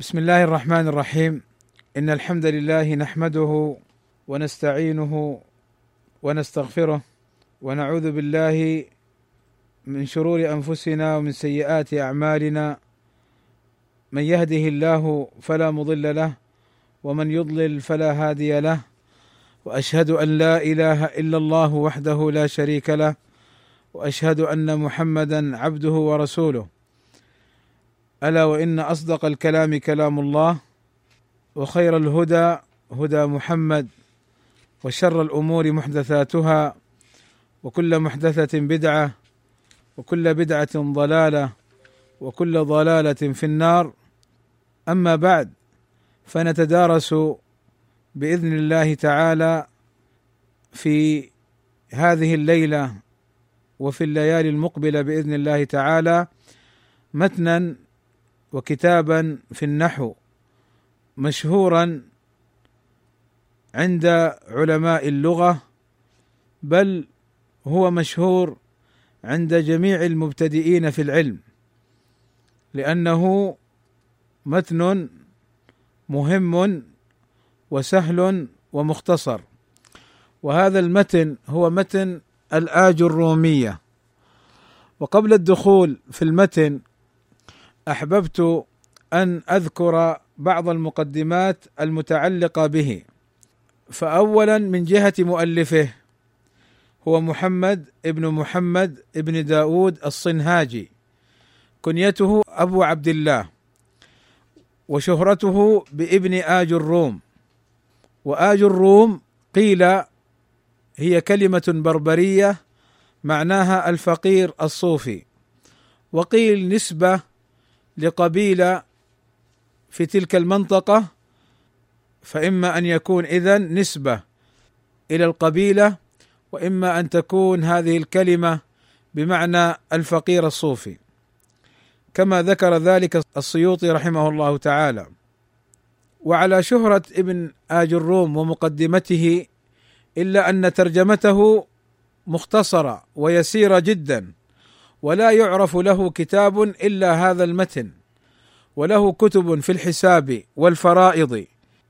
بسم الله الرحمن الرحيم. إن الحمد لله نحمده ونستعينه ونستغفره ونعوذ بالله من شرور أنفسنا ومن سيئات أعمالنا، من يهده الله فلا مضل له ومن يضلل فلا هادي له، وأشهد أن لا إله إلا الله وحده لا شريك له، وأشهد أن محمدا عبده ورسوله. ألا وإن أصدق الكلام كلام الله، وخير الهدى هدى محمد، وشر الأمور محدثاتها، وكل محدثة بدعة، وكل بدعة ضلالة، وكل ضلالة في النار. أما بعد، فنتدارس بإذن الله تعالى في هذه الليلة وفي الليالي المقبلة بإذن الله تعالى متنا وكتابا في النحو مشهورا عند علماء اللغة، بل هو مشهور عند جميع المبتدئين في العلم، لأنه متن مهم وسهل ومختصر. وهذا المتن هو متن الآج الرومية. وقبل الدخول في المتن أحببت أن أذكر بعض المقدمات المتعلقة به. فأولا من جهة مؤلفه، هو محمد ابن محمد ابن داود الصنهاجي، كنيته أبو عبد الله، وشهرته بابن آج الروم. وآج الروم قيل هي كلمة بربرية معناها الفقير الصوفي، وقيل نسبة لقبيلة في تلك المنطقة، فإما أن يكون إذن نسبة إلى القبيلة، وإما أن تكون هذه الكلمة بمعنى الفقير الصوفي، كما ذكر ذلك السيوطي رحمه الله تعالى. وعلى شهرة ابن آج الروم ومقدمته، إلا أن ترجمته مختصرة ويسيرة جدا، ولا يعرف له كتاب إلا هذا المتن، وله كتب في الحساب والفرائض،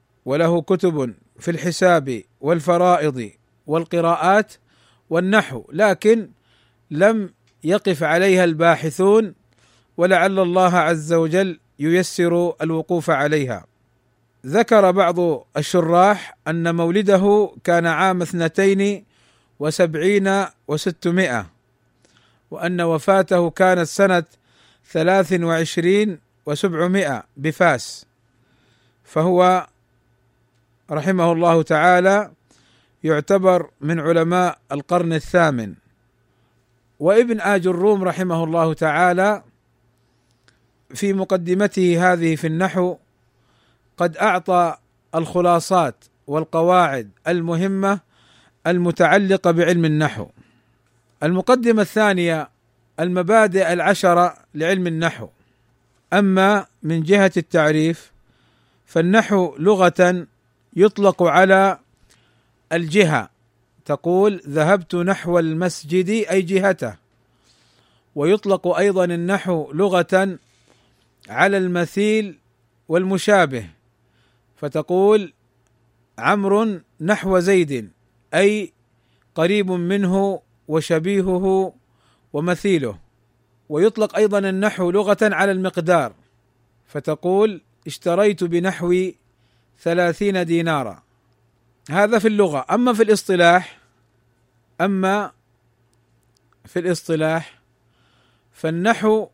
والقراءات والنحو، لكن لم يقف عليها الباحثون، ولعل الله عز وجل ييسر الوقوف عليها. ذكر بعض الشراح أن مولده كان عام 72 و600، وأن وفاته كانت سنة 23 و700 بفاس، فهو رحمه الله تعالى يعتبر من علماء القرن الثامن. وابن آج الروم رحمه الله تعالى في مقدمته هذه في النحو قد أعطى الخلاصات والقواعد المهمة المتعلقة بعلم النحو. المقدمة الثانية المبادئ 10 لعلم النحو. أما من جهة التعريف، فالنحو لغة يطلق على الجهة، تقول ذهبت نحو المسجد أي جهته. ويطلق أيضا النحو لغة على المثيل والمشابه، فتقول عمرو نحو زيد أي قريب منه وشبيهه ومثيله. ويطلق أيضا النحو لغة على المقدار، فتقول اشتريت بنحو 30 دينارا. هذا في اللغة. أما في الاصطلاح فالنحو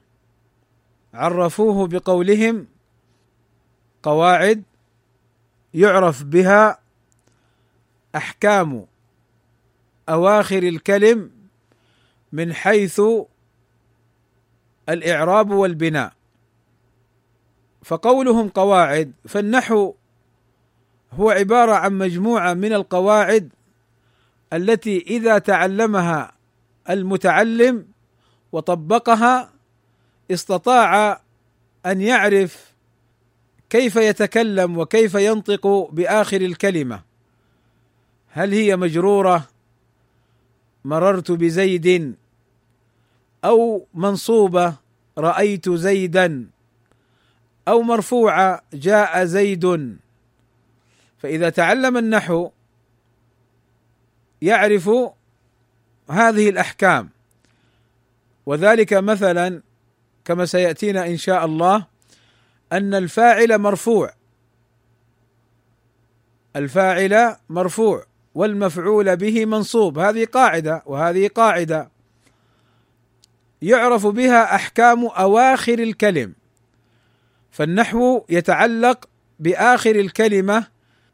عرفوه بقولهم قواعد يعرف بها أحكام أواخر الكلم من حيث الإعراب والبناء. فقولهم قواعد، فالنحو هو عبارة عن مجموعة من القواعد التي إذا تعلمها المتعلم وطبقها استطاع أن يعرف كيف يتكلم وكيف ينطق بآخر الكلمة، هل هي مجرورة مررت بزيد، أو منصوبة رأيت زيدا، أو مرفوعة جاء زيد. فإذا تعلم النحو يعرف هذه الأحكام، وذلك مثلا كما سيأتينا إن شاء الله أن الفاعل مرفوع، الفاعل مرفوع والمفعول به منصوب، هذه قاعدة وهذه قاعدة يعرف بها أحكام أواخر الكلم. فالنحو يتعلق بآخر الكلمة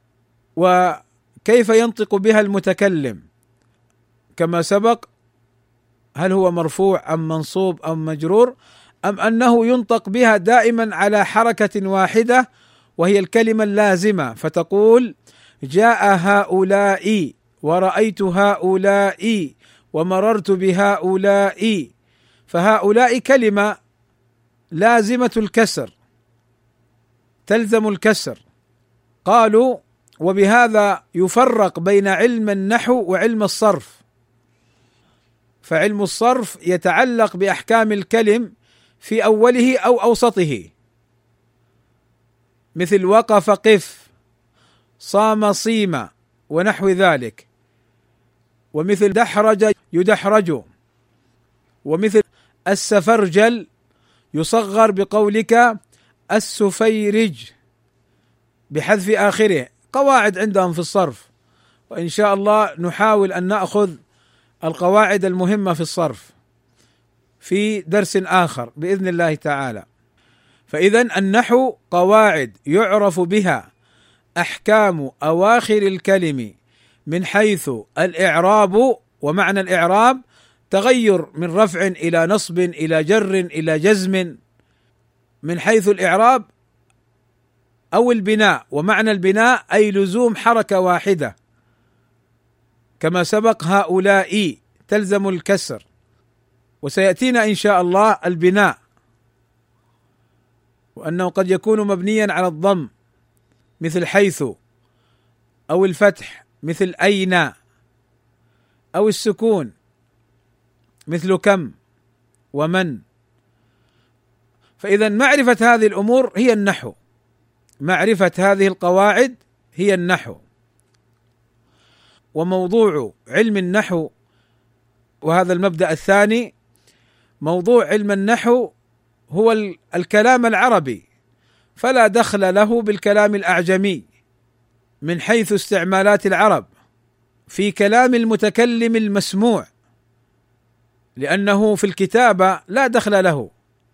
وكيف ينطق بها المتكلم كما سبق، هل هو مرفوع أم منصوب أم مجرور، أم أنه ينطق بها دائما على حركة واحدة وهي الكلمة اللازمة، فتقول جاء هؤلاء ورأيت هؤلاء ومررت بهؤلاء، فهؤلاء كلمة لازمة الكسر تلزم الكسر. قالوا وبهذا يفرق بين علم النحو وعلم الصرف، فعلم الصرف يتعلق بأحكام الكلم في أوله أو أوسطه، مثل وقف قف، صام صيم ونحو ذلك، ومثل دحرج يدحرج، ومثل السفرجل يصغر بقولك السفيرج بحذف آخره، قواعد عندهم في الصرف، وإن شاء الله نحاول أن نأخذ القواعد المهمة في الصرف في درس آخر بإذن الله تعالى. فإذا النحو قواعد يعرف بها أحكام أواخر الكلم من حيث الإعراب، ومعنى الإعراب تغير من رفع إلى نصب إلى جر إلى جزم، من حيث الإعراب أو البناء، ومعنى البناء أي لزوم حركة واحدة كما سبق هؤلاء تلزم الكسر، وسيأتينا إن شاء الله البناء وأنه قد يكون مبنيا على الضم مثل حيث، أو الفتح مثل أين، أو السكون مثل كم ومن. فإذا معرفة هذه الأمور هي النحو، معرفة هذه القواعد هي النحو. وموضوع علم النحو، وهذا المبدأ الثاني، موضوع علم النحو هو الكلام العربي، فلا دخل له بالكلام الأعجمي من حيث استعمالات العرب في كلام المتكلم المسموع، لأنه في الكتابة لا دخل له،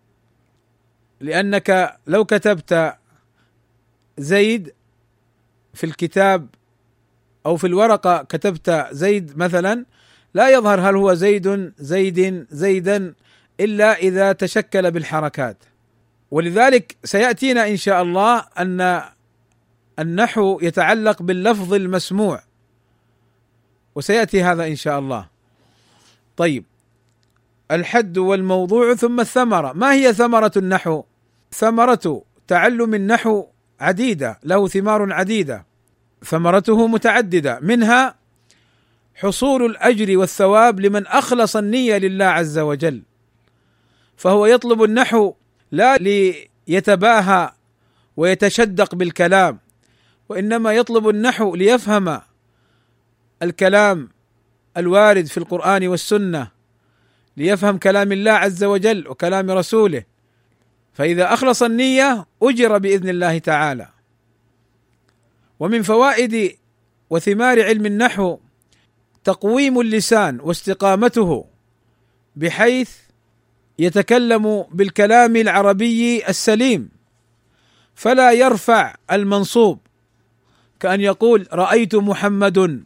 لأنك لو كتبت زيد في الكتاب أو في الورقة كتبت زيد مثلا، لا يظهر هل هو زيد زيد زيدا إلا إذا تشكل بالحركات. ولذلك سيأتينا إن شاء الله أن النحو يتعلق باللفظ المسموع، وسيأتي هذا إن شاء الله. طيب، الحد والموضوع ثم الثمرة. ما هي ثمرة النحو؟ ثمرة تعلم النحو عديدة، له ثمار عديدة، ثمرته متعددة، منها حصول الأجر والثواب لمن أخلص النية لله عز وجل، فهو يطلب النحو لا ليتباهى ويتشدق بالكلام، وإنما يطلب النحو ليفهم الكلام الوارد في القرآن والسنة، ليفهم كلام الله عز وجل وكلام رسوله، فإذا أخلص النية أجر بإذن الله تعالى. ومن فوائد وثمار علم النحو تقويم اللسان واستقامته، بحيث يتكلم بالكلام العربي السليم، فلا يرفع المنصوب كأن يقول رأيت محمد،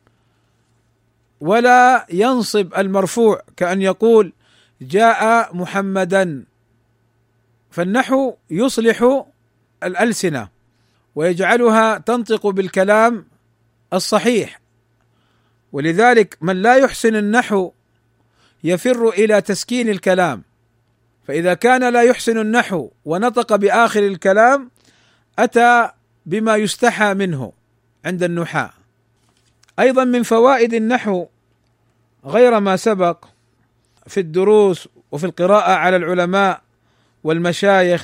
ولا ينصب المرفوع كأن يقول جاء محمدا. فالنحو يصلح الألسنة ويجعلها تنطق بالكلام الصحيح، ولذلك من لا يحسن النحو يفر إلى تسكين الكلام، فإذا كان لا يحسن النحو ونطق بآخر الكلام أتى بما يستحى منه عند النحاة. أيضا من فوائد النحو غير ما سبق في الدروس وفي القراءة على العلماء والمشايخ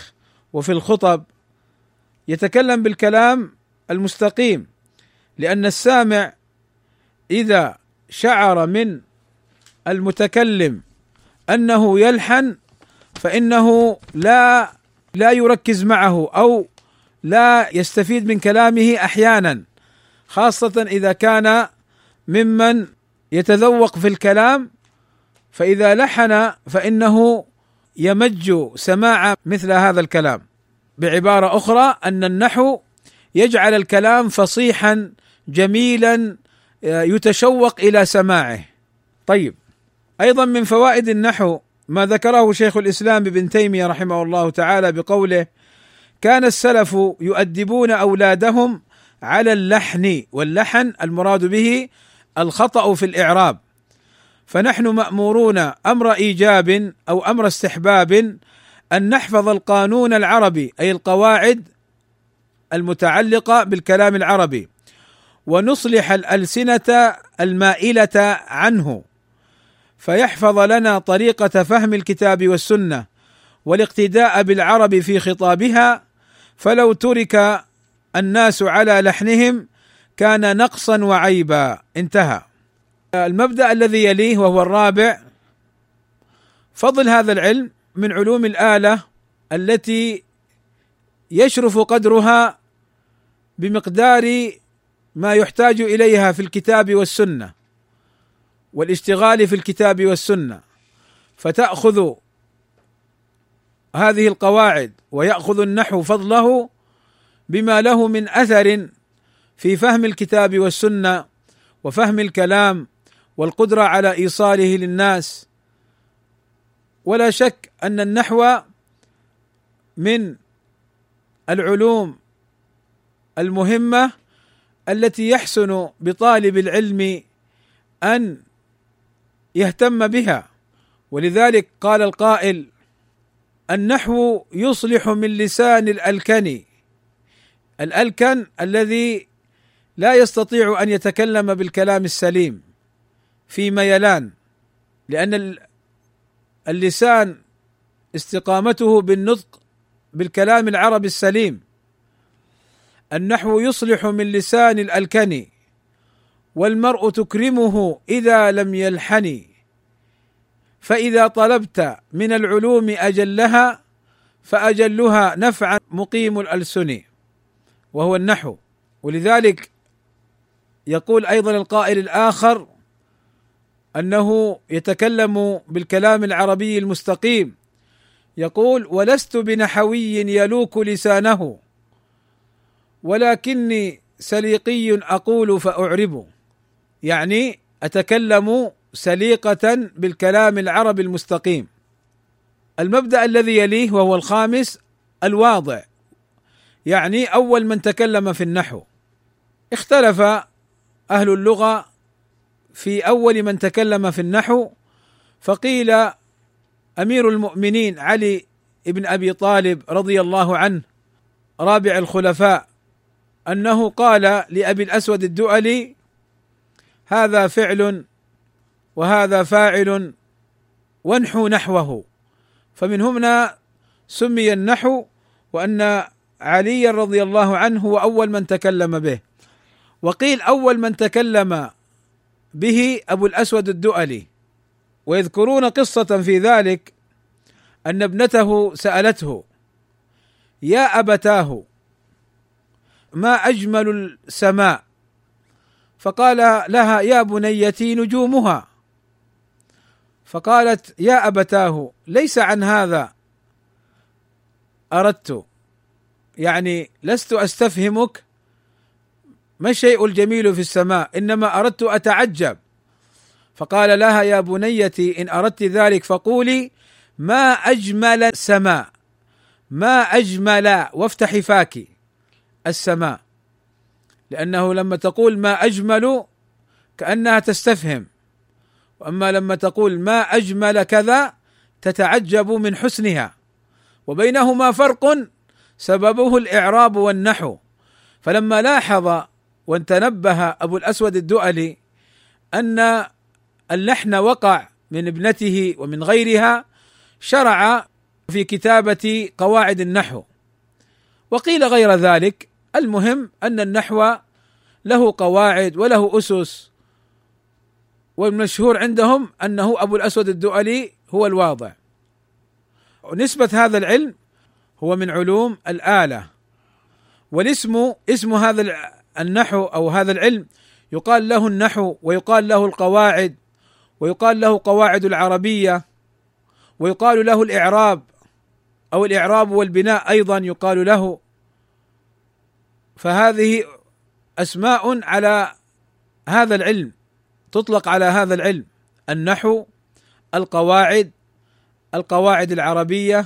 وفي الخطب يتكلم بالكلام المستقيم، لأن السامع إذا شعر من المتكلم أنه يلحن فإنه لا يركز معه أو لا يستفيد من كلامه أحيانا، خاصة إذا كان ممن يتذوق في الكلام، فإذا لحن فإنه يمج سماع مثل هذا الكلام. بعبارة أخرى أن النحو يجعل الكلام فصيحا جميلا يتشوق إلى سماعه. طيب، أيضا من فوائد النحو ما ذكره شيخ الإسلام ابن تيمية رحمه الله تعالى بقوله: كان السلف يؤدبون أولادهم على اللحن، واللحن المراد به الخطأ في الإعراب، فنحن مأمورون أمر إيجاب أو أمر استحباب أن نحفظ القانون العربي، أي القواعد المتعلقة بالكلام العربي، ونصلح الألسنة المائلة عنه، فيحفظ لنا طريقة فهم الكتاب والسنة والاقتداء بالعرب في خطابها، فلو ترك الناس على لحنهم كان نقصا وعيبا. انتهى. المبدأ الذي يليه وهو الرابع: فضل هذا العلم من علوم الآلة التي يشرف قدرها بمقدار ما يحتاج إليها في الكتاب والسنة والاشتغال في الكتاب والسنة، فتأخذ هذه القواعد ويأخذ النحو فضله بما له من أثر في فهم الكتاب والسنة وفهم الكلام والقدرة على إيصاله للناس. ولا شك أن النحو من العلوم المهمة التي يحسن بطالب العلم أن يهتم بها، ولذلك قال القائل: النحو يصلح من لسان الألكن، الألكن الذي لا يستطيع أن يتكلم بالكلام السليم في ميلان، لأن اللسان استقامته بالنطق بالكلام العربي السليم. النحو يصلح من لسان الألكن، والمرء تكرمه إذا لم يلحن، فإذا طلبت من العلوم أجلها فأجلها نفعا مقيم الألسن، وهو النحو. ولذلك يقول أيضا القائل الآخر أنه يتكلم بالكلام العربي المستقيم، يقول: ولست بنحوي يلوك لسانه، ولكني سليقي أقول فأعرب، يعني أتكلم سليقة بالكلام العربي المستقيم. المبدأ الذي يليه وهو الخامس: الواضع، يعني أول من تكلم في النحو. اختلف أهل اللغة في أول من تكلم في النحو، فقيل أمير المؤمنين علي بن أبي طالب رضي الله عنه رابع الخلفاء، أنه قال لأبي الأسود الدؤلي: هذا فعل وهذا فاعل وانحو نحوه، فمن هنا سمي النحو، وأن علي رضي الله عنه هو أول من تكلم به. وقيل أول من تكلم به أبو الأسود الدؤلي، ويذكرون قصة في ذلك أن ابنته سألته: يا أبتاه ما أجمل السماء؟ فقال لها: يا بنيتي نجومها. فقالت: يا أبتاه ليس عن هذا أردت، يعني لست أستفهمك ما الشيء الجميل في السماء، إنما أردت أتعجب. فقال لها: يا بنيتي إن أردت ذلك فقولي ما أجمل السماء، ما أجمل، وافتحي فاك السماء، لأنه لما تقول ما أجمل كأنها تستفهم، وأما لما تقول ما أجمل كذا تتعجب من حسنها، وبينهما فرق سببه الإعراب والنحو. فلما لاحظ وتنبه أبو الأسود الدؤلي أن اللحن وقع من ابنته ومن غيرها، شرع في كتابة قواعد النحو، وقيل غير ذلك. المهم أن النحو له قواعد وله أسس، والمشهور عندهم أنه أبو الأسود الدؤلي هو الواضع. ونسبة هذا العلم هو من علوم الآلة، اسم هذا النحو أو هذا العلم يقال له النحو، ويقال له القواعد، ويقال له قواعد العربية، ويقال له الإعراب أو الإعراب والبناء أيضا يقال له. فهذه أسماء على هذا العلم، تطلق على هذا العلم: النحو، القواعد العربية،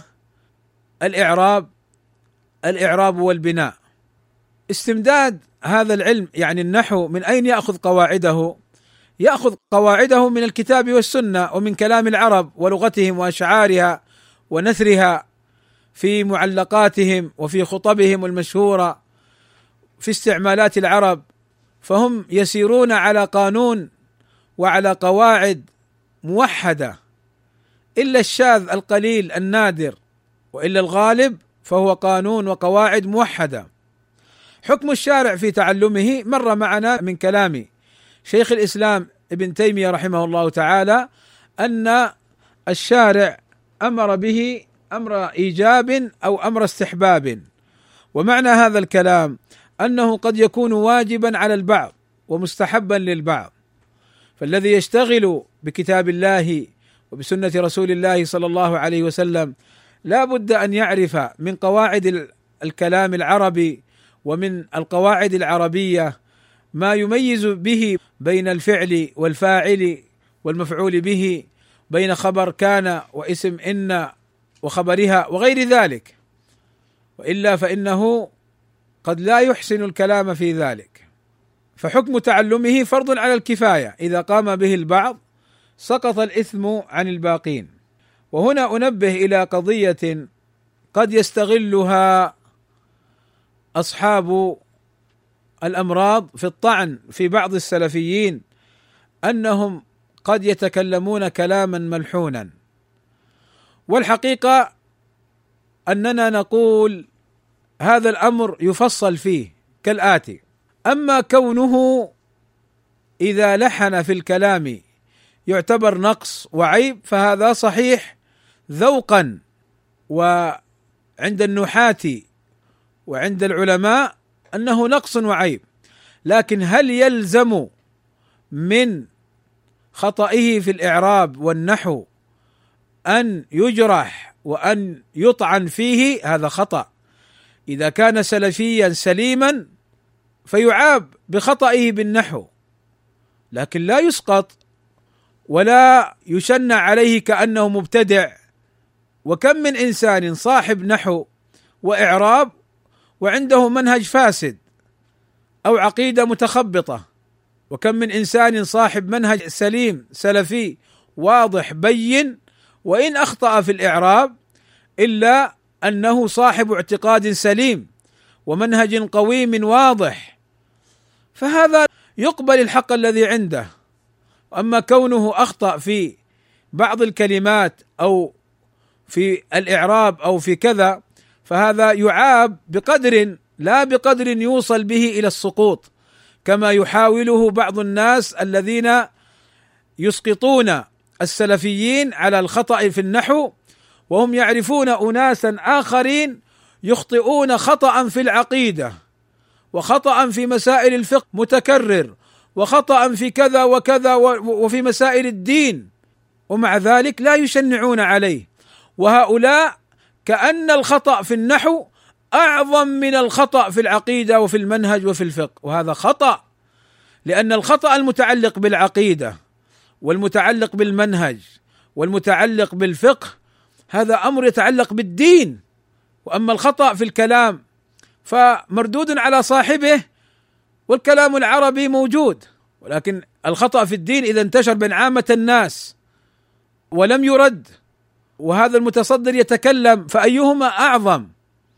الإعراب والبناء. استمداد هذا العلم يعني النحو من أين يأخذ قواعده؟ يأخذ قواعده من الكتاب والسنة ومن كلام العرب ولغتهم وأشعارها ونثرها في معلقاتهم وفي خطبهم المشهورة في استعمالات العرب. فهم يسيرون على قانون وعلى قواعد موحدة، إلا الشاذ القليل النادر، وإلا الغالب فهو قانون وقواعد موحدة. حكم الشارع في تعلمه مر معنا من كلام شيخ الإسلام ابن تيمية رحمه الله تعالى أن الشارع أمر به أمر إيجاب أو أمر استحباب. ومعنى هذا الكلام أنه قد يكون واجبا على البعض ومستحبا للبعض. فالذي يشتغل بكتاب الله وبسنة رسول الله صلى الله عليه وسلم لا بد أن يعرف من قواعد الكلام العربي ومن القواعد العربية ما يميز به بين الفعل والفاعل والمفعول به، بين خبر كان واسم إن وخبرها وغير ذلك، وإلا فإنه قد لا يحسن الكلام في ذلك. فحكم تعلمه فرض على الكفاية، إذا قام به البعض سقط الإثم عن الباقين. وهنا أنبه إلى قضية قد يستغلها أصحاب الأمراض في الطعن في بعض السلفيين، أنهم قد يتكلمون كلاما ملحونا. والحقيقة أننا نقول هذا الأمر يفصل فيه كالآتي: أما كونه إذا لحن في الكلام يعتبر نقص وعيب فهذا صحيح ذوقا وعند النحاة وعند العلماء أنه نقص وعيب، لكن هل يلزم من خطئه في الإعراب والنحو أن يجرح وأن يطعن فيه؟ هذا خطأ. إذا كان سلفيا سليما فيعاب بخطئه بالنحو، لكن لا يسقط ولا يشنع عليه كأنه مبتدع. وكم من إنسان صاحب نحو وإعراب وعنده منهج فاسد أو عقيدة متخبطة، وكم من إنسان صاحب منهج سليم سلفي واضح بين، وإن أخطأ في الإعراب إلا أنه صاحب اعتقاد سليم ومنهج قويم واضح، فهذا يقبل الحق الذي عنده. أما كونه أخطأ في بعض الكلمات أو في الإعراب أو في كذا فهذا يعاب بقدر لا بقدر يوصل به إلى السقوط، كما يحاوله بعض الناس الذين يسقطون السلفيين على الخطأ في النحو، وهم يعرفون أناسا آخرين يخطئون خطأ في العقيدة وخطأ في مسائل الفقه متكرر وخطأ في كذا وكذا وفي مسائل الدين، ومع ذلك لا يشنعون عليه. وهؤلاء كأن الخطأ في النحو أعظم من الخطأ في العقيدة وفي المنهج وفي الفقه، وهذا خطأ، لأن الخطأ المتعلق بالعقيدة والمتعلق بالمنهج والمتعلق بالفقه هذا أمر يتعلق بالدين، وأما الخطأ في الكلام فمردود على صاحبه، والكلام العربي موجود، ولكن الخطأ في الدين إذا انتشر بين عامة الناس ولم يرد وهذا المتصدر يتكلم فأيهما أعظم؟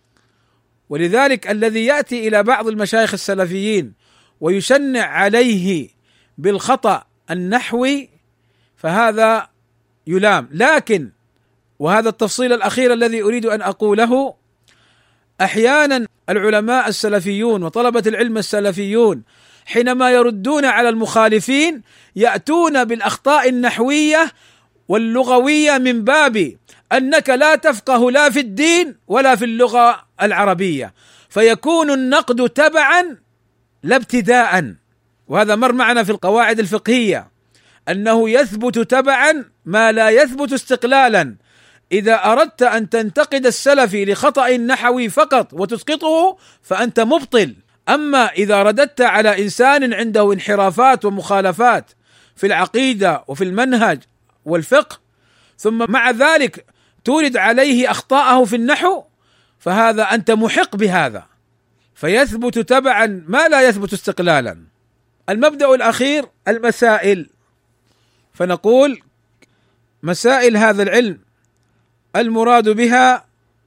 ولذلك الذي يأتي إلى بعض المشايخ السلفيين ويشنع عليه بالخطأ النحوي فهذا يلام. لكن وهذا التفصيل الأخير الذي أريد أن أقوله، أحيانا العلماء السلفيون وطلبة العلم السلفيون حينما يردون على المخالفين يأتون بالأخطاء النحوية واللغوية من باب أنك لا تفقه لا في الدين ولا في اللغة العربية، فيكون النقد تبعا لا ابتداء. وهذا مر معنا في القواعد الفقهية أنه يثبت تبعا ما لا يثبت استقلالا. إذا أردت أن تنتقد السلفي لخطأ نحوي فقط وتسقطه فأنت مبطل. أما إذا رددت على إنسان عنده انحرافات ومخالفات في العقيدة وفي المنهج والفقه ثم مع ذلك تورد عليه أخطاءه في النحو، فهذا أنت محق بهذا، فيثبت تبعا ما لا يثبت استقلالا. المبدأ الأخير المسائل، فنقول مسائل هذا العلم المراد بها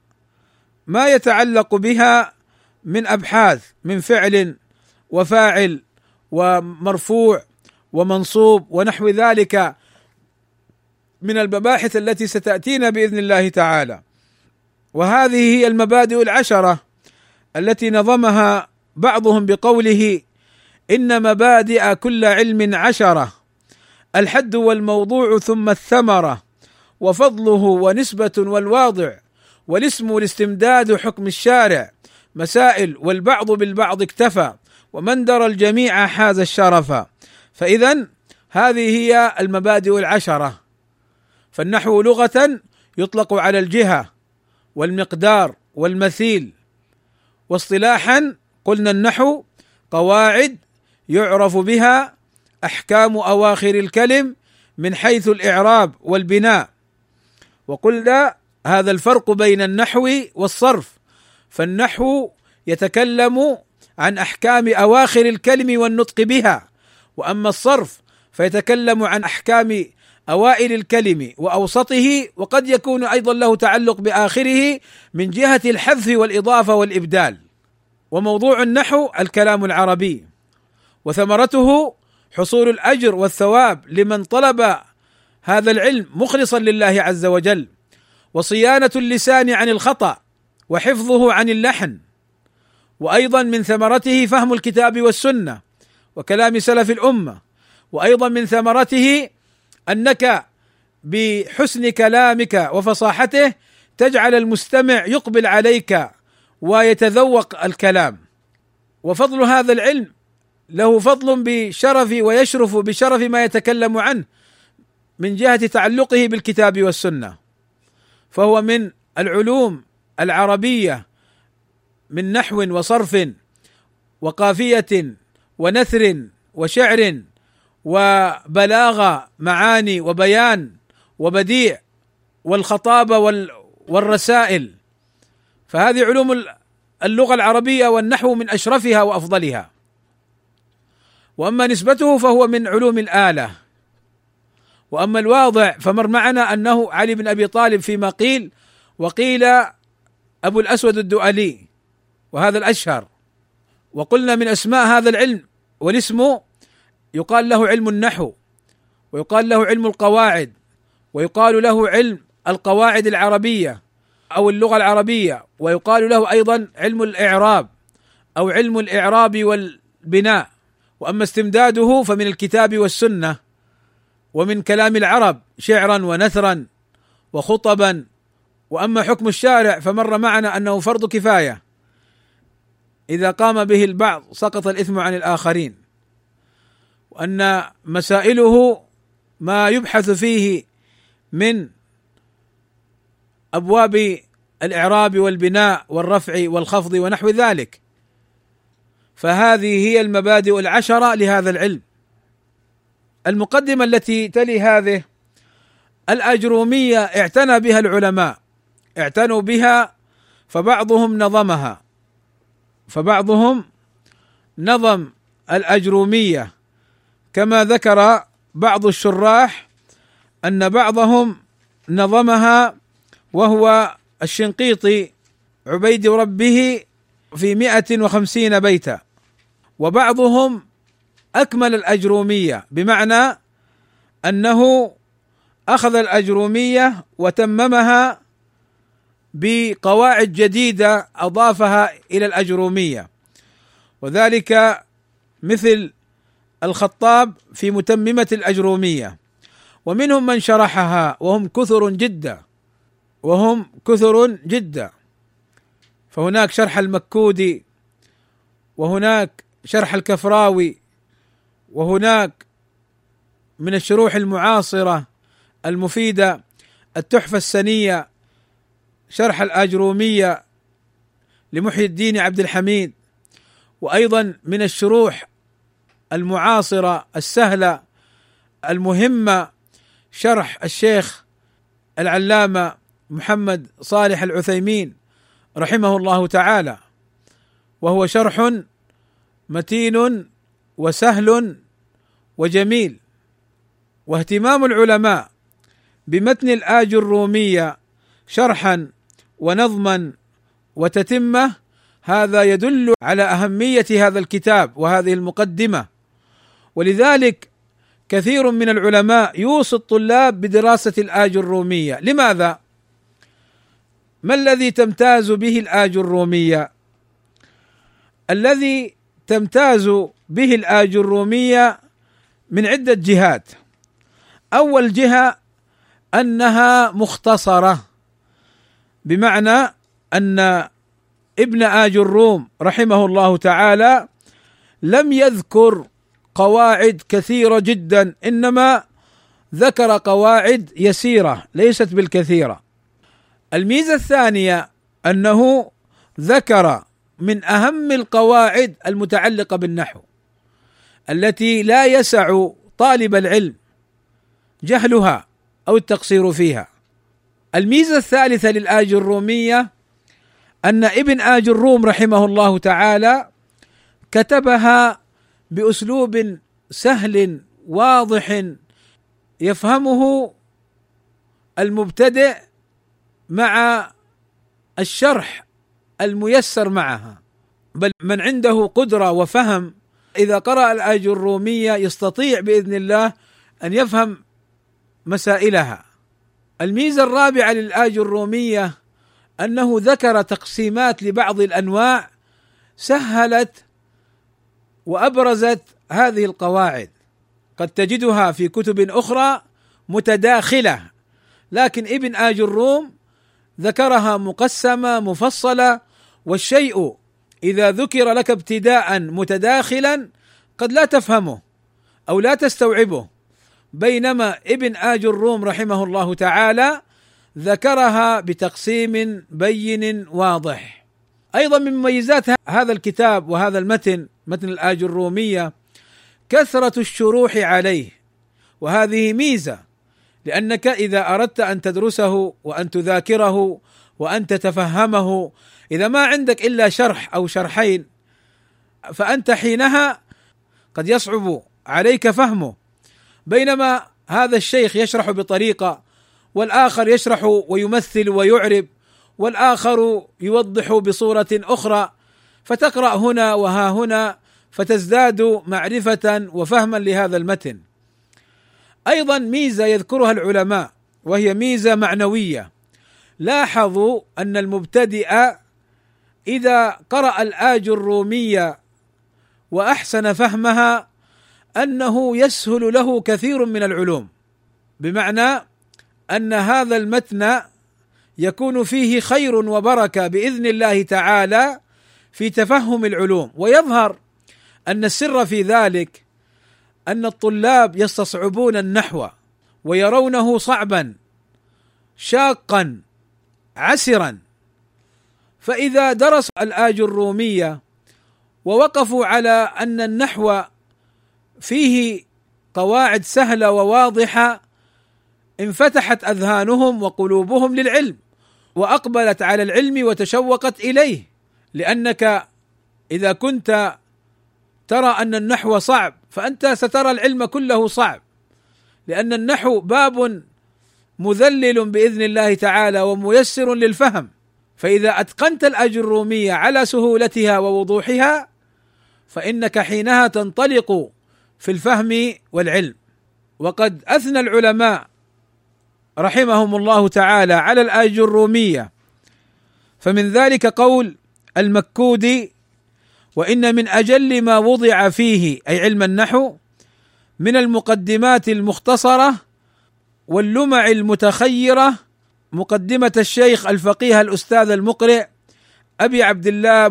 ما يتعلق بها من أبحاث من فعل وفاعل ومرفوع ومنصوب ونحو ذلك من المباحث التي ستأتينا بإذن الله تعالى. وهذه هي المبادئ العشرة التي نظمها بعضهم بقوله: إن مبادئ كل علم عشرة، الحد والموضوع ثم الثمرة، وفضله ونسبة والواضع، والاسم والاستمداد حكم الشارع، مسائل والبعض بالبعض اكتفى، ومن درى الجميع حاز الشرف. فإذا هذه هي المبادئ العشرة. فالنحو لغة يطلق على الجهة والمقدار والمثيل، واصطلاحا قلنا النحو قواعد يعرف بها أحكام أواخر الكلم من حيث الإعراب والبناء. وقلنا هذا الفرق بين النحو والصرف، فالنحو يتكلم عن أحكام أواخر الكلم والنطق بها، وأما الصرف فيتكلم عن أحكام أوائل الكلم وأوسطه، وقد يكون أيضا له تعلق بآخره من جهة الحذف والإضافة والإبدال. وموضوع النحو الكلام العربي، وثمرته حصول الأجر والثواب لمن طلب هذا العلم مخلصا لله عز وجل، وصيانة اللسان عن الخطأ وحفظه عن اللحن. وأيضا من ثمرته فهم الكتاب والسنة وكلام سلف الأمة، وأيضا من ثمرته أنك بحسن كلامك وفصاحته تجعل المستمع يقبل عليك ويتذوق الكلام. وفضل هذا العلم له فضل بشرف ويشرف بشرف ما يتكلم عنه من جهة تعلقه بالكتاب والسنة، فهو من العلوم العربية من نحو وصرف وقافية ونثر وشعر وبلاغة معاني وبيان وبديع والخطابة والرسائل. فهذه علوم اللغة العربية والنحو من أشرفها وأفضلها. وأما نسبته فهو من علوم الآلة. وأما الواضع فمر معنا أنه علي بن أبي طالب فيما قيل، وقيل أبو الأسود الدؤلي، وهذا الأشهر. وقلنا من أسماء هذا العلم والاسم يقال له علم النحو، ويقال له علم القواعد، ويقال له علم القواعد العربية أو اللغة العربية، ويقال له أيضا علم الإعراب أو علم الإعراب والبناء. وأما استمداده فمن الكتاب والسنة ومن كلام العرب شعرا ونثرا وخطبا. وأما حكم الشارع فمر معنا أنه فرض كفاية، إذا قام به البعض سقط الإثم عن الآخرين، وأن مسائله ما يبحث فيه من أبواب الإعراب والبناء والرفع والخفض ونحو ذلك. فهذه هي المبادئ العشرة لهذا العلم. المقدمة التي تلي هذه الأجرومية اعتنى بها العلماء، اعتنوا بها، فبعضهم نظم الأجرومية كما ذكر بعض الشراح أن بعضهم نظمها، وهو الشنقيطي عبيد ربه في 150 بيتا. وبعضهم أكمل الأجرومية، بمعنى أنه أخذ الأجرومية وتممها بقواعد جديدة أضافها إلى الأجرومية، وذلك مثل الخطاب في متممة الأجرومية، ومنهم من شرحها وهم كثر جدا. فهناك شرح المكودي، وهناك شرح الكفراوي، وهناك من الشروح المعاصرة المفيدة التحفة السنية، شرح الآجرومية لمحي الدين عبد الحميد، وأيضا من الشروح المعاصرة السهلة المهمة شرح الشيخ العلامة محمد صالح العثيمين رحمه الله تعالى، وهو شرح متين وسهل وجميل. واهتمام العلماء بمتن الآجرومية شرحا ونظما وتتمة هذا يدل على أهمية هذا الكتاب وهذه المقدمة، ولذلك كثير من العلماء يوصي الطلاب بدراسة الآجرومية. لماذا؟ ما الذي تمتاز به الآجرومية؟ الذي تمتاز به الآجرومية من عدة جهات. أول جهة أنها مختصرة، بمعنى أن ابن آجروم رحمه الله تعالى لم يذكر قواعد كثيرة جدا، إنما ذكر قواعد يسيرة ليست بالكثيرة. الميزة الثانية أنه ذكر من أهم القواعد المتعلقة بالنحو التي لا يسع طالب العلم جهلها أو التقصير فيها. الميزة الثالثة للآجرومية أن ابن آجروم رحمه الله تعالى كتبها بأسلوب سهل واضح يفهمه المبتدئ مع الشرح الميسر معها، بل من عنده قدرة وفهم إذا قرأ الآجرومية يستطيع بإذن الله أن يفهم مسائلها. الميزة الرابعة للآجرومية أنه ذكر تقسيمات لبعض الأنواع سهلت وأبرزت هذه القواعد، قد تجدها في كتب أخرى متداخلة، لكن ابن آجروم ذكرها مقسمة مفصلة، والشيء إذا ذكر لك ابتداء متداخلا قد لا تفهمه أو لا تستوعبه، بينما ابن آجروم رحمه الله تعالى ذكرها بتقسيم بين واضح. أيضا من مميزات هذا الكتاب وهذا المتن، متن الآجرومية، كثرة الشروح عليه، وهذه ميزة، لأنك إذا أردت أن تدرسه وأن تذاكره وأن تتفهمه، إذا ما عندك إلا شرح أو شرحين فأنت حينها قد يصعب عليك فهمه، بينما هذا الشيخ يشرح بطريقة، والآخر يشرح ويمثل ويعرب، والآخر يوضح بصورة أخرى، فتقرأ هنا وها هنا فتزداد معرفة وفهما لهذا المتن. أيضا ميزة يذكرها العلماء وهي ميزة معنوية، لاحظوا أن المبتدئ إذا قرأ الآجرومية وأحسن فهمها أنه يسهل له كثير من العلوم، بمعنى أن هذا المتن يكون فيه خير وبركة بإذن الله تعالى في تفهم العلوم. ويظهر أن السر في ذلك أن الطلاب يستصعبون النحو ويرونه صعبا شاقا عسرا، فإذا درسوا الآجرومية ووقفوا على أن النحو فيه قواعد سهلة وواضحة انفتحت أذهانهم وقلوبهم للعلم، وأقبلت على العلم وتشوقت إليه. لأنك إذا كنت ترى أن النحو صعب فأنت سترى العلم كله صعب، لأن النحو باب مذلل بإذن الله تعالى وميسر للفهم، فإذا أتقنت الآجرومية على سهولتها ووضوحها فإنك حينها تنطلق في الفهم والعلم. وقد أثنى العلماء رحمهم الله تعالى على الآجرومية فمن ذلك قول المكودي: وإن من أجل ما وضع فيه أي علم النحو من المقدمات المختصرة واللمع المتخيرة مقدمة الشيخ الفقيه الأستاذ المقرئ أبي عبد الله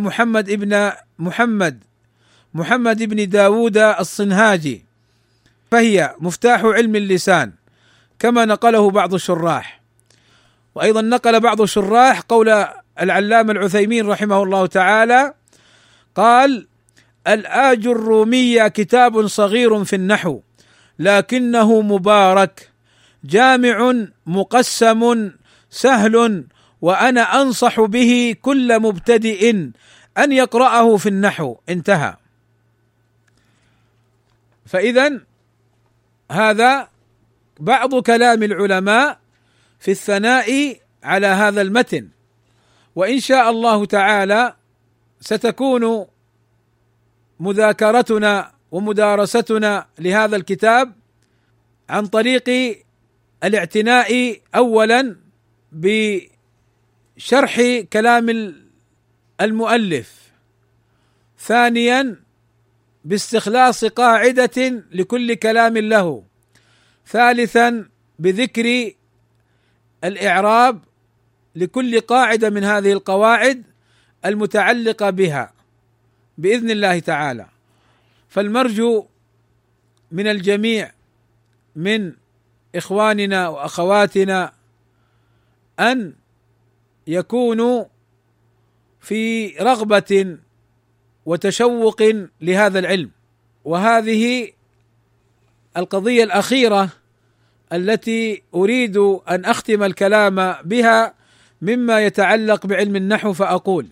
محمد بن داود الصنهاجي، فهي مفتاح علم اللسان كما نقله بعض الشراح. وأيضا نقل بعض الشراح قول العلامة العثيمين رحمه الله تعالى قال: الآج الرومية كتاب صغير في النحو لكنه مبارك جامع مقسم سهل، وأنا أنصح به كل مبتدئ أن يقرأه في النحو. انتهى. فإذا هذا بعض كلام العلماء في الثناء على هذا المتن، وإن شاء الله تعالى ستكون مذاكرتنا ومدارستنا لهذا الكتاب عن طريق الاعتناء أولا بشرح كلام المؤلف، ثانيا باستخلاص قاعدة لكل كلام له، ثالثا بذكر الإعراب لكل قاعدة من هذه القواعد المتعلقة بها بإذن الله تعالى. فالمرجو من الجميع من إخواننا وأخواتنا أن يكونوا في رغبة وتشوق لهذا العلم. وهذه القضية الأخيرة التي أريد أن أختم الكلام بها مما يتعلق بعلم النحو، فأقول: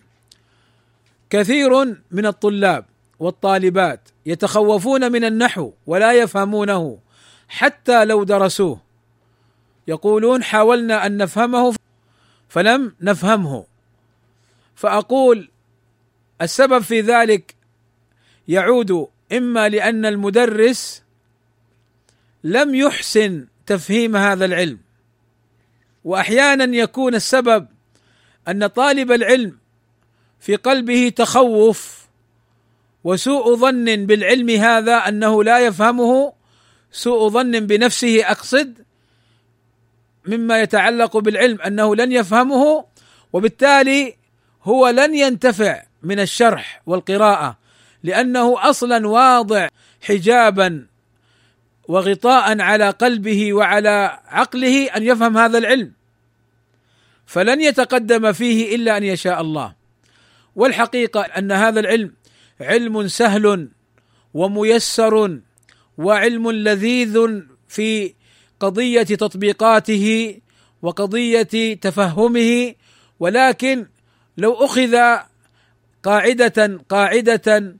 كثير من الطلاب والطالبات يتخوفون من النحو ولا يفهمونه حتى لو درسوه، يقولون حاولنا أن نفهمه فلم نفهمه. فأقول السبب في ذلك يعود إما لأن المدرس لم يحسن تفهيم هذا العلم، وأحيانا يكون السبب أن طالب العلم في قلبه تخوف وسوء ظن بالعلم هذا أنه لا يفهمه، سوء ظن بنفسه أقصد، مما يتعلق بالعلم أنه لن يفهمه، وبالتالي هو لن ينتفع من الشرح والقراءة، لأنه أصلا واضع حجابا وغطاء على قلبه وعلى عقله أن يفهم هذا العلم، فلن يتقدم فيه إلا أن يشاء الله. والحقيقة أن هذا العلم علم سهل وميسر وعلم لذيذ في قضية تطبيقاته وقضية تفهمه، ولكن لو أخذ قاعدة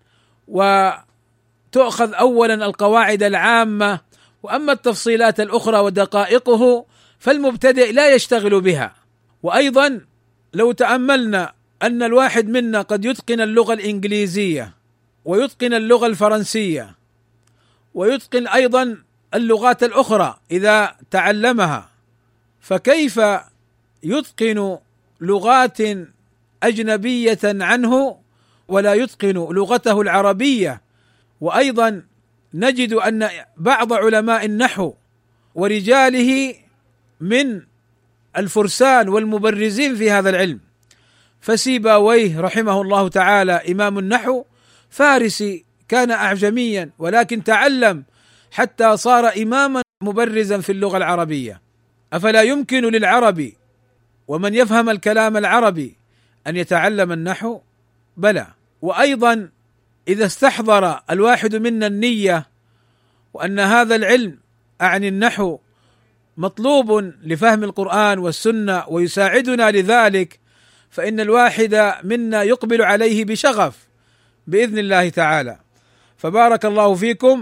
وتؤخذ أولا القواعد العامة، وأما التفصيلات الأخرى ودقائقه فالمبتدئ لا يشتغل بها. وأيضا لو تأملنا أن الواحد منا قد يتقن اللغة الإنجليزية ويتقن اللغة الفرنسية ويتقن أيضا اللغات الأخرى إذا تعلمها، فكيف يتقن لغات أجنبية عنه ولا يتقن لغته العربية؟ وأيضا نجد أن بعض علماء النحو ورجاله من الفرسان والمبرزين في هذا العلم، فسيبويه رحمه الله تعالى إمام النحو فارسي، كان أعجميا ولكن تعلم حتى صار إماما مبرزا في اللغة العربية. أفلا يمكن للعربي ومن يفهم الكلام العربي أن يتعلم النحو؟ بلى. وأيضا إذا استحضر الواحد منا النية وأن هذا العلم أعني النحو مطلوب لفهم القرآن والسنة ويساعدنا لذلك، فإن الواحد منا يقبل عليه بشغف بإذن الله تعالى. فبارك الله فيكم.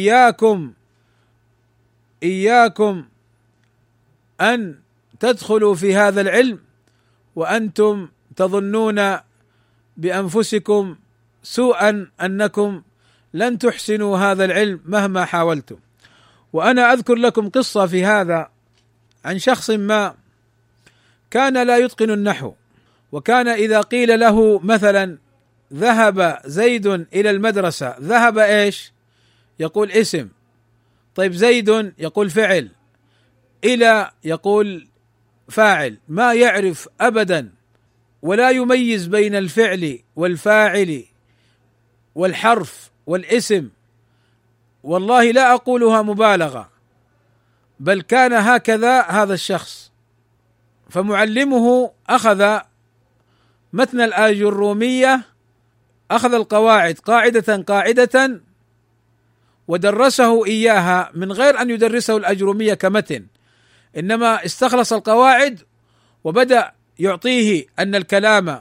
إياكم أن تدخلوا في هذا العلم وأنتم تظنون بأنفسكم سوءا أنكم لن تحسنوا هذا العلم مهما حاولتم. وأنا أذكر لكم قصة في هذا عن شخص ما كان لا يتقن النحو، وكان إذا قيل له مثلا ذهب زيد إلى المدرسة، ذهب إيش؟ يقول اسم. طيب زيد يقول فعل، إلى يقول فاعل، ما يعرف أبدا ولا يميز بين الفعل والفاعل والحرف والاسم. والله لا أقولها مبالغة، بل كان هكذا هذا الشخص. فمعلمه أخذ متن الآجرومية، أخذ القواعد قاعدة قاعدة ودرسه إياها من غير أن يدرسه الأجرومية كمتن، إنما استخلص القواعد وبدأ يعطيه أن الكلام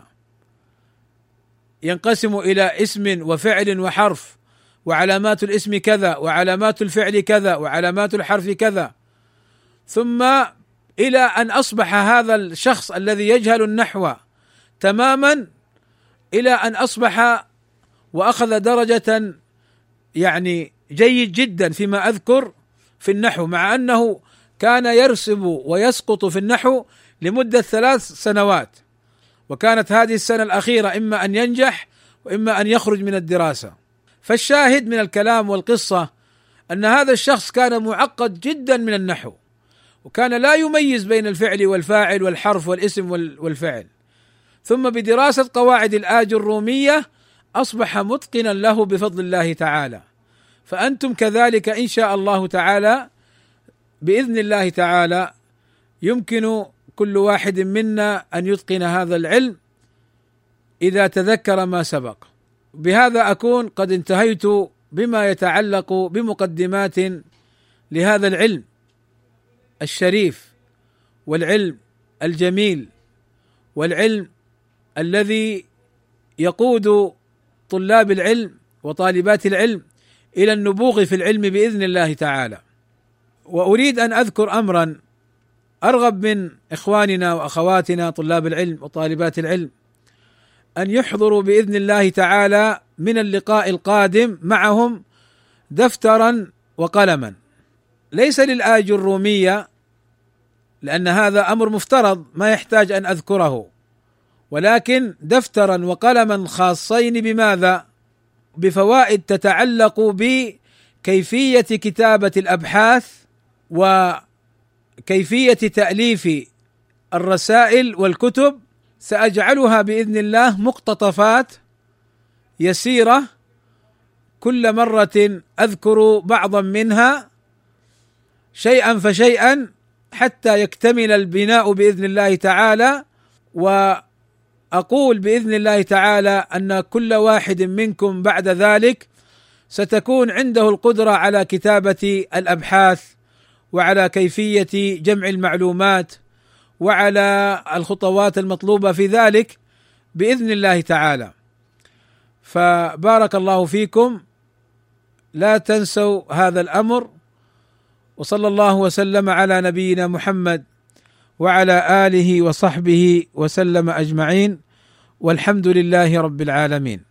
ينقسم إلى اسم وفعل وحرف، وعلامات الاسم كذا، وعلامات الفعل كذا، وعلامات الحرف كذا، ثم إلى أن أصبح هذا الشخص الذي يجهل النحو تماما إلى أن أصبح وأخذ درجة يعني جيد جدا فيما أذكر في النحو، مع أنه كان يرسب ويسقط في النحو لمدة 3 سنوات، وكانت هذه السنة الأخيرة إما أن ينجح وإما أن يخرج من الدراسة. فالشاهد من الكلام والقصة أن هذا الشخص كان معقد جدا من النحو، وكان لا يميز بين الفعل والفاعل والحرف والاسم والفعل، ثم بدراسة قواعد الآجرومية أصبح متقنا له بفضل الله تعالى. فأنتم كذلك إن شاء الله تعالى بإذن الله تعالى يمكن كل واحد منا أن يتقن هذا العلم إذا تذكر ما سبق. بهذا أكون قد انتهيت بما يتعلق بمقدمات لهذا العلم الشريف والعلم الجميل والعلم الذي يقود طلاب العلم وطالبات العلم إلى النبوغ في العلم بإذن الله تعالى. وأريد أن أذكر أمرا أرغب من إخواننا وأخواتنا طلاب العلم وطالبات العلم أن يحضروا بإذن الله تعالى من اللقاء القادم معهم دفترا وقلما، ليس للآجرومية لأن هذا أمر مفترض ما يحتاج أن أذكره، ولكن دفترا وقلما خاصين بماذا؟ بفوائد تتعلق بكيفية كتابة الأبحاث وكيفية تأليف الرسائل والكتب. سأجعلها بإذن الله مقتطفات يسيرة، كل مرة أذكر بعضا منها شيئا فشيئا حتى يكتمل البناء بإذن الله تعالى. وأقول بإذن الله تعالى أن كل واحد منكم بعد ذلك ستكون عنده القدرة على كتابة الأبحاث وعلى كيفية جمع المعلومات وعلى الخطوات المطلوبة في ذلك بإذن الله تعالى. فبارك الله فيكم، لا تنسوا هذا الأمر، وصلى الله وسلم على نبينا محمد وعلى آله وصحبه وسلم أجمعين، والحمد لله رب العالمين.